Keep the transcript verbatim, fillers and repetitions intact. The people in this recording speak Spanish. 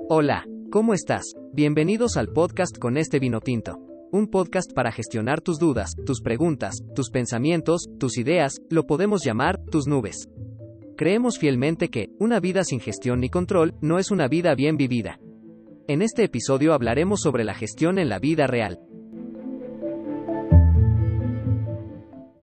Hola, ¿cómo estás? Bienvenidos al podcast Con este vino tinto. Un podcast para gestionar tus dudas, tus preguntas, tus pensamientos, tus ideas, lo podemos llamar, tus nubes. Creemos fielmente que, una vida sin gestión ni control, no es una vida bien vivida. En este episodio hablaremos sobre la gestión en la vida real.